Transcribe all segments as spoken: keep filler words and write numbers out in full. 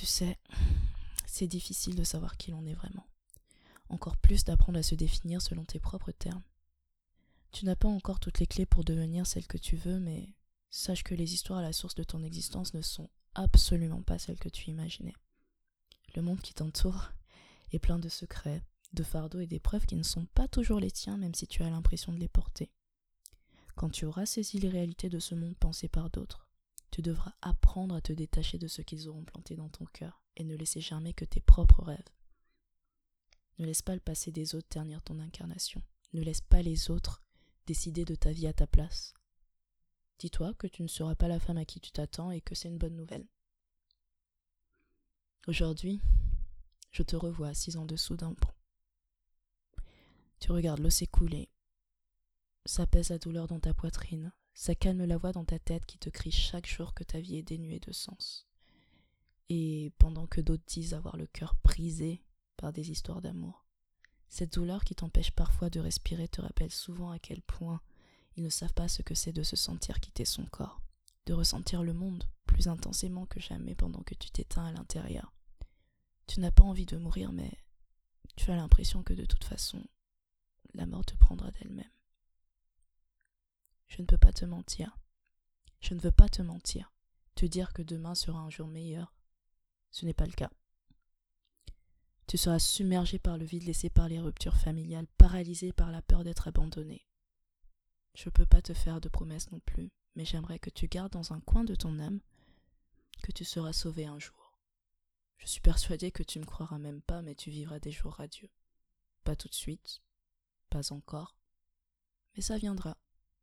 Tu sais, c'est difficile de savoir qui l'on est vraiment. Encore plus d'apprendre à se définir selon tes propres termes. Tu n'as pas encore toutes les clés pour devenir celle que tu veux, mais sache que les histoires à la source de ton existence ne sont absolument pas celles que tu imaginais. Le monde qui t'entoure est plein de secrets, de fardeaux et d'épreuves qui ne sont pas toujours les tiens, même si tu as l'impression de les porter. Quand tu auras saisi les réalités de ce monde pensé par d'autres, tu devras apprendre à te détacher de ce qu'ils auront planté dans ton cœur et ne laisser jamais que tes propres rêves. Ne laisse pas le passé des autres ternir ton incarnation. Ne laisse pas les autres décider de ta vie à ta place. Dis-toi que tu ne seras pas la femme à qui tu t'attends et que c'est une bonne nouvelle. Aujourd'hui, je te revois assise en dessous d'un pont. Tu regardes l'eau s'écouler. Ça pèse la douleur dans ta poitrine. Ça calme la voix dans ta tête qui te crie chaque jour que ta vie est dénuée de sens. Et pendant que d'autres disent avoir le cœur brisé par des histoires d'amour, cette douleur qui t'empêche parfois de respirer te rappelle souvent à quel point ils ne savent pas ce que c'est de se sentir quitter son corps, de ressentir le monde plus intensément que jamais pendant que tu t'éteins à l'intérieur. Tu n'as pas envie de mourir, mais tu as l'impression que de toute façon, la mort te prendra d'elle-même. Je ne peux pas te mentir. Je ne veux pas te mentir. Te dire que demain sera un jour meilleur. Ce n'est pas le cas. Tu seras submergé par le vide laissé par les ruptures familiales, paralysé par la peur d'être abandonné. Je ne peux pas te faire de promesses non plus, mais j'aimerais que tu gardes dans un coin de ton âme que tu seras sauvé un jour. Je suis persuadée que tu ne me croiras même pas, mais tu vivras des jours radieux. Pas tout de suite, pas encore, mais ça viendra.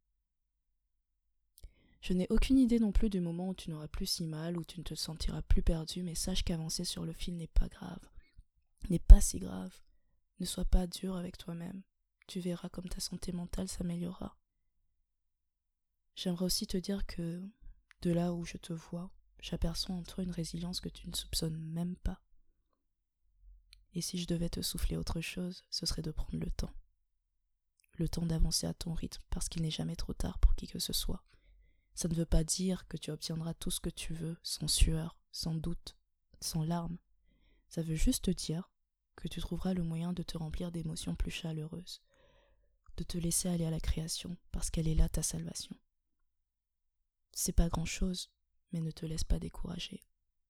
Je n'ai aucune idée non plus du moment où tu n'auras plus si mal, où tu ne te sentiras plus perdu, mais sache qu'avancer sur le fil n'est pas grave, n'est pas si grave. Ne sois pas dur avec toi-même, tu verras comme ta santé mentale s'améliorera. J'aimerais aussi te dire que, de là où je te vois, j'aperçois en toi une résilience que tu ne soupçonnes même pas. Et si je devais te souffler autre chose, ce serait de prendre le temps. Le temps d'avancer à ton rythme, parce qu'il n'est jamais trop tard pour qui que ce soit. Ça ne veut pas dire que tu obtiendras tout ce que tu veux, sans sueur, sans doute, sans larmes. Ça veut juste dire que tu trouveras le moyen de te remplir d'émotions plus chaleureuses, de te laisser aller à la création, parce qu'elle est là ta salvation. C'est pas grand-chose, mais ne te laisse pas décourager.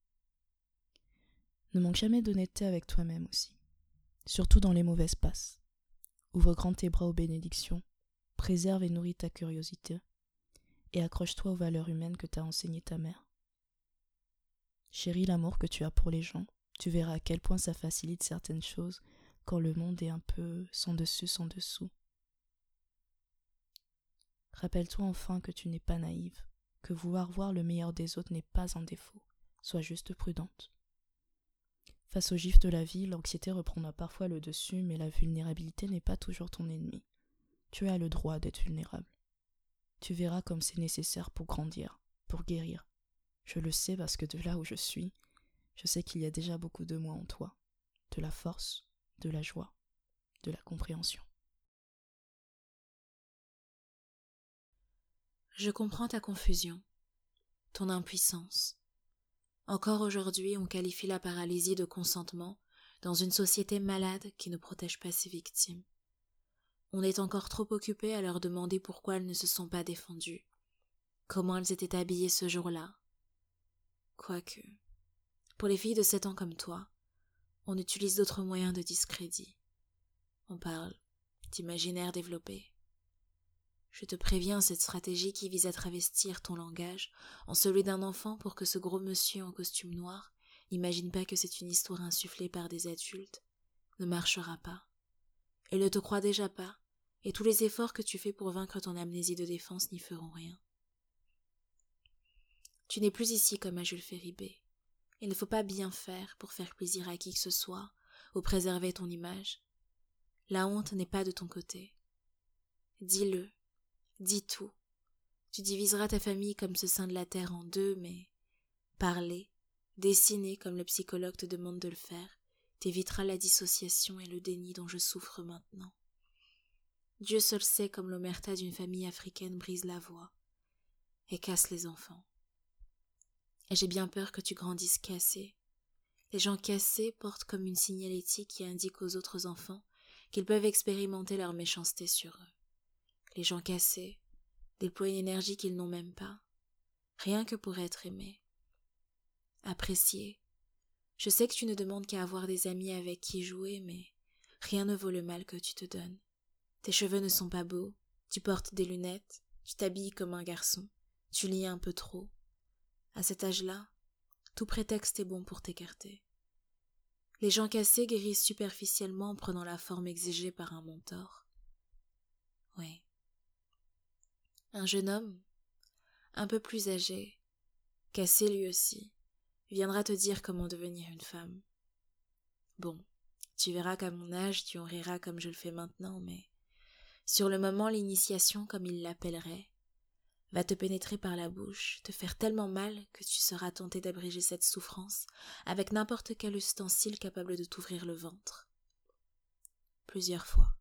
Ne manque jamais d'honnêteté avec toi-même aussi, surtout dans les mauvaises passes. Ouvre grand tes bras aux bénédictions, préserve et nourris ta curiosité, et accroche-toi aux valeurs humaines que t'a enseignées ta mère. Chéris l'amour que tu as pour les gens, tu verras à quel point ça facilite certaines choses quand le monde est un peu sans dessus, sans dessous. Rappelle-toi enfin que tu n'es pas naïve, que vouloir voir le meilleur des autres n'est pas un défaut, sois juste prudente. Face aux gifs de la vie, l'anxiété reprendra parfois le dessus, mais la vulnérabilité n'est pas toujours ton ennemi. Tu as le droit d'être vulnérable. Tu verras comme c'est nécessaire pour grandir, pour guérir. Je le sais parce que de là où je suis, je sais qu'il y a déjà beaucoup de moi en toi, de la force, de la joie, de la compréhension. Je comprends ta confusion, ton impuissance. Encore aujourd'hui, on qualifie la paralysie de consentement dans une société malade qui ne protège pas ses victimes. On est encore trop occupé à leur demander pourquoi elles ne se sont pas défendues, comment elles étaient habillées ce jour-là. Quoique, pour les filles de sept ans comme toi, on utilise d'autres moyens de discrédit. On parle d'imaginaire développé. Je te préviens, cette stratégie qui vise à travestir ton langage en celui d'un enfant pour que ce gros monsieur en costume noir n'imagine pas que c'est une histoire insufflée par des adultes, ne marchera pas. Il ne te croit déjà pas, et tous les efforts que tu fais pour vaincre ton amnésie de défense n'y feront rien. Tu n'es plus ici comme à Jules Féribé. Il ne faut pas bien faire pour faire plaisir à qui que ce soit ou préserver ton image. La honte n'est pas de ton côté. Dis-le, dis tout. Tu diviseras ta famille comme ce sein de la terre en deux, mais parler, dessiner comme le psychologue te demande de le faire, t'évitera la dissociation et le déni dont je souffre maintenant. Dieu seul sait comme l'omerta d'une famille africaine brise la voix et casse les enfants. Et j'ai bien peur que tu grandisses cassé, Les gens cassés portent comme une signalétique qui indique aux autres enfants qu'ils peuvent expérimenter leur méchanceté sur eux. Les gens cassés déploient une énergie qu'ils n'ont même pas, rien que pour être aimés. Appréciés. Je sais que tu ne demandes qu'à avoir des amis avec qui jouer, mais rien ne vaut le mal que tu te donnes. Tes cheveux ne sont pas beaux, tu portes des lunettes, tu t'habilles comme un garçon, tu lis un peu trop. À cet âge-là, tout prétexte est bon pour t'écarter. Les gens cassés guérissent superficiellement en prenant la forme exigée par un mentor. Oui. Un jeune homme, un peu plus âgé, cassé lui aussi, viendra te dire comment devenir une femme. Bon, tu verras qu'à mon âge, tu en riras comme je le fais maintenant, mais sur le moment, l'initiation, comme il l'appellerait, va te pénétrer par la bouche, te faire tellement mal que tu seras tenté d'abréger cette souffrance avec n'importe quel ustensile capable de t'ouvrir le ventre. Plusieurs fois.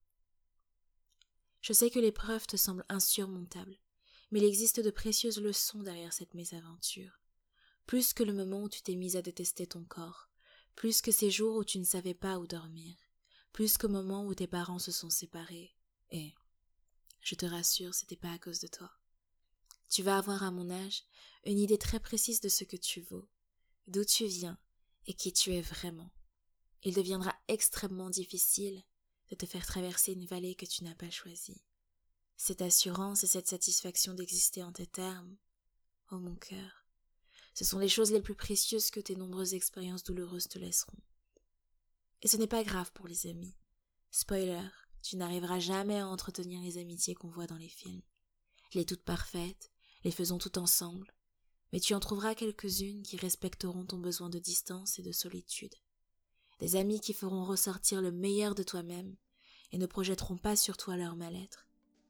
Je sais que l'épreuve te semble insurmontable, mais il existe de précieuses leçons derrière cette mésaventure. Plus que le moment où tu t'es mise à détester ton corps, plus que ces jours où tu ne savais pas où dormir, plus qu'au moment où tes parents se sont séparés. Et, je te rassure, c'était pas à cause de toi. Tu vas avoir à mon âge une idée très précise de ce que tu vaux, d'où tu viens et qui tu es vraiment. Il deviendra extrêmement difficile de te faire traverser une vallée que tu n'as pas choisie. Cette assurance et cette satisfaction d'exister en tes termes, ô mon cœur, ce sont les choses les plus précieuses que tes nombreuses expériences douloureuses te laisseront. Et ce n'est pas grave pour les amis. Spoiler, tu n'arriveras jamais à entretenir les amitiés qu'on voit dans les films. Les toutes parfaites, les faisons toutes ensemble, mais tu en trouveras quelques-unes qui respecteront ton besoin de distance et de solitude. Des amis qui feront ressortir le meilleur de toi-même et ne projetteront pas sur toi leur mal-être.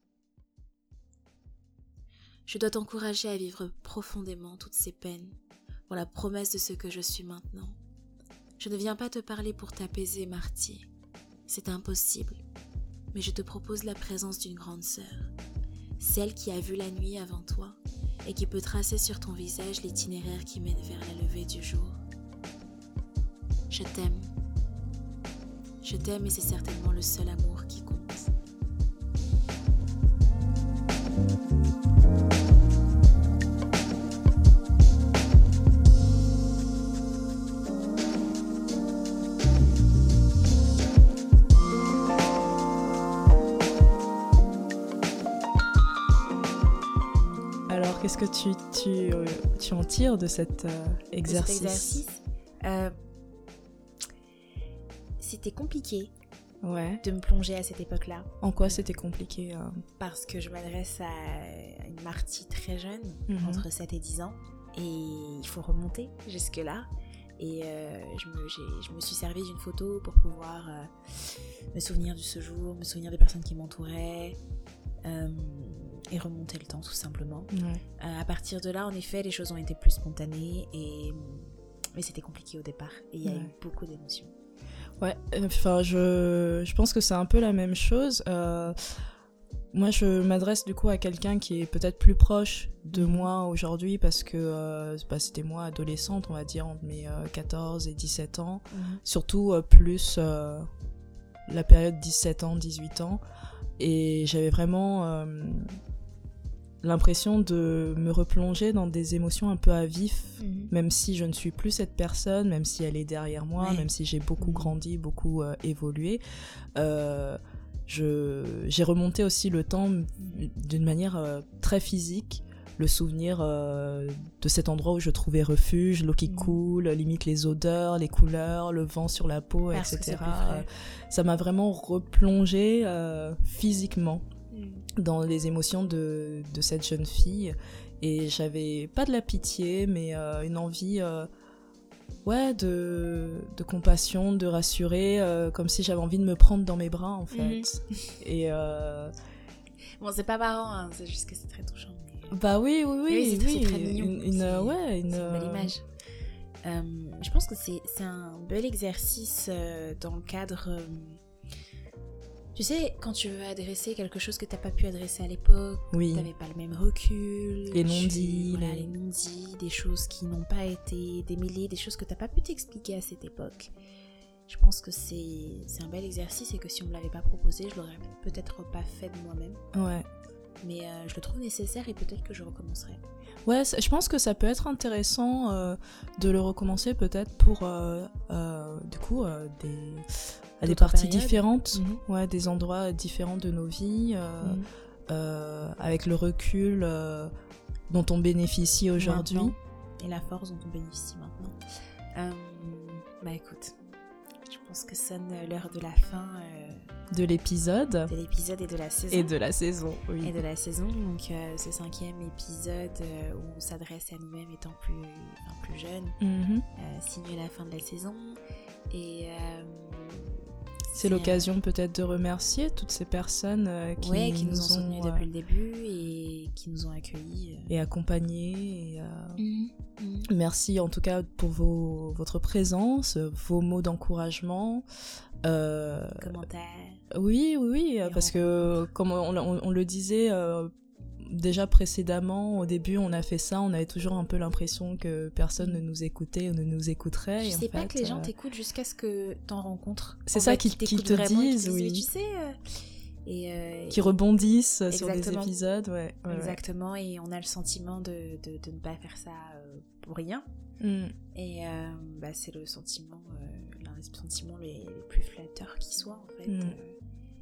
Je dois t'encourager à vivre profondément toutes ces peines pour la promesse de ce que je suis maintenant. Je ne viens pas te parler pour t'apaiser, Marty. C'est impossible, mais je te propose la présence d'une grande sœur. Celle qui a vu la nuit avant toi et qui peut tracer sur ton visage l'itinéraire qui mène vers la levée du jour. Je t'aime. Je t'aime et c'est certainement le seul amour qui compte. Qu'est-ce que tu, tu, euh, tu en tires de cet euh, exercice, cet exercice euh, C'était compliqué ouais. de me plonger à cette époque-là. En quoi c'était compliqué euh... Parce que je m'adresse à une Marty très jeune, mm-hmm. entre sept et dix ans, et il faut remonter jusque-là. Et euh, je, me, j'ai, je me suis servi d'une photo pour pouvoir euh, me souvenir de ce jour, me souvenir des personnes qui m'entouraient, euh, et remonter le temps tout simplement. Ouais. Euh, à partir de là, en effet, les choses ont été plus spontanées, et... mais c'était compliqué au départ, et il y a ouais. eu beaucoup d'émotions. Ouais, enfin, je, je pense que c'est un peu la même chose. Euh, moi, je m'adresse du coup à quelqu'un qui est peut-être plus proche de moi aujourd'hui parce que euh, bah, c'était moi adolescente, on va dire, entre mes euh, quatorze et dix-sept ans. Mm-hmm. Surtout euh, plus euh, la période dix-sept ans, dix-huit ans. Et j'avais vraiment euh, l'impression de me replonger dans des émotions un peu à vif, mmh. même si je ne suis plus cette personne, même si elle est derrière moi, ouais. même si j'ai beaucoup mmh. grandi, beaucoup euh, évolué. Euh, je, j'ai remonté aussi le temps d'une manière euh, très physique, le souvenir euh, de cet endroit où je trouvais refuge, l'eau qui mmh. coule, limite les odeurs, les couleurs, le vent sur la peau, parce et cetera. Euh, ça m'a vraiment replongée euh, physiquement mmh. dans les émotions de, de cette jeune fille. Et j'avais pas de la pitié, mais euh, une envie euh, ouais, de, de compassion, de rassurer, euh, comme si j'avais envie de me prendre dans mes bras, en fait. Mmh. Et... Euh... Bon, c'est pas marrant, hein, c'est juste que c'est très touchant. Bah oui, oui, oui. oui, c'est, oui. c'est très mignon. Une, une, c'est, ouais, une, c'est une belle image. Euh, je pense que c'est, c'est un bel exercice euh, dans le cadre euh, Tu sais, quand tu veux adresser quelque chose que t'as pas pu adresser à l'époque, oui. t'avais pas le même recul, les non-dits, voilà, les... les non-dits, des choses qui n'ont pas été démêlées, des choses que t'as pas pu t'expliquer à cette époque. Je pense que c'est, c'est un bel exercice et que si on me l'avait pas proposé, je l'aurais peut-être pas fait de moi-même. Ouais. Mais euh, je le trouve nécessaire et peut-être que je recommencerai. Ouais, je pense que ça peut être intéressant euh, de le recommencer peut-être pour euh, euh, du coup euh, des, à des parties périodes. différentes, mmh. ouais, des endroits différents de nos vies, euh, mmh. euh, avec le recul euh, dont on bénéficie aujourd'hui. Maintenant. Et la force dont on bénéficie maintenant. Euh, bah écoute, je pense que sonne l'heure de la fin. Euh... De l'épisode. De l'épisode et de la saison. Et de la saison, oui. Et de la saison, donc euh, ce cinquième épisode euh, où on s'adresse à nous-mêmes étant plus, enfin, plus jeunes, mm-hmm. euh, signe la fin de la saison. Et euh, c'est, c'est l'occasion euh... peut-être de remercier toutes ces personnes euh, qui, ouais, qui nous, nous ont soutenus euh... depuis le début et qui nous ont accueillis. Euh... Et accompagnés. Et, euh... mm-hmm. Mm-hmm. Merci en tout cas pour vos, votre présence, vos mots d'encouragement. Euh, commentaires. Oui, oui, oui, parce que comme on, on, on le disait euh, déjà précédemment, au début on a fait ça, on avait toujours un peu l'impression que personne mmh. ne nous écoutait ou ne nous écouterait. Je et sais en pas fait, que les gens euh... t'écoutent jusqu'à ce que t'en rencontres. C'est en ça fait, qu'ils qui te disent, et oui. Tu sais, euh... et euh... qui rebondissent Exactement. sur des épisodes, ouais. ouais Exactement, ouais. Et on a le sentiment de, de, de ne pas faire ça euh, pour rien. Mmh. Et euh, bah, c'est le sentiment, euh, l'un des sentiments les, les plus flatteurs qui soit en fait. Mmh. Euh,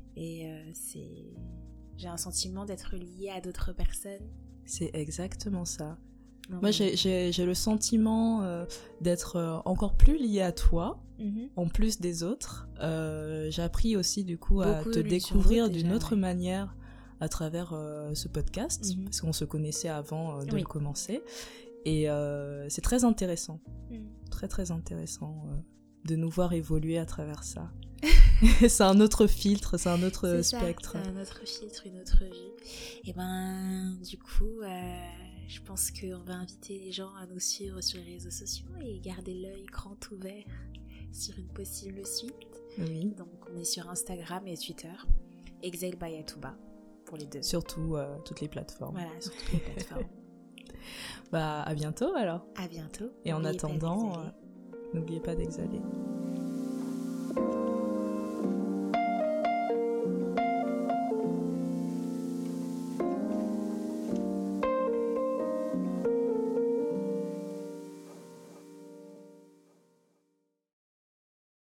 et euh, c'est, j'ai un sentiment d'être liée à d'autres personnes. C'est exactement ça. Non, Moi, mais... j'ai, j'ai, j'ai le sentiment euh, d'être euh, encore plus liée à toi, mm-hmm. en plus des autres. Euh, j'ai appris aussi du coup à Beaucoup te découvrir déjà, d'une autre ouais. manière à travers euh, ce podcast, mm-hmm. parce qu'on se connaissait avant euh, de oui. le commencer. Et euh, c'est très intéressant, mm. très très intéressant euh, de nous voir évoluer à travers ça. C'est un autre filtre, c'est un autre c'est spectre. Ça, c'est un autre filtre, une autre vie. Et ben, du coup, euh, je pense qu'on va inviter les gens à nous suivre sur les réseaux sociaux et garder l'œil grand ouvert sur une possible suite. Oui. Donc, on est sur Instagram et Twitter, Exile by Atouba, pour les deux. Surtout euh, toutes les plateformes. Voilà, sur toutes les plateformes. Bah, à bientôt alors. À bientôt. Et en attendant, euh, n'oubliez pas d'exhaler.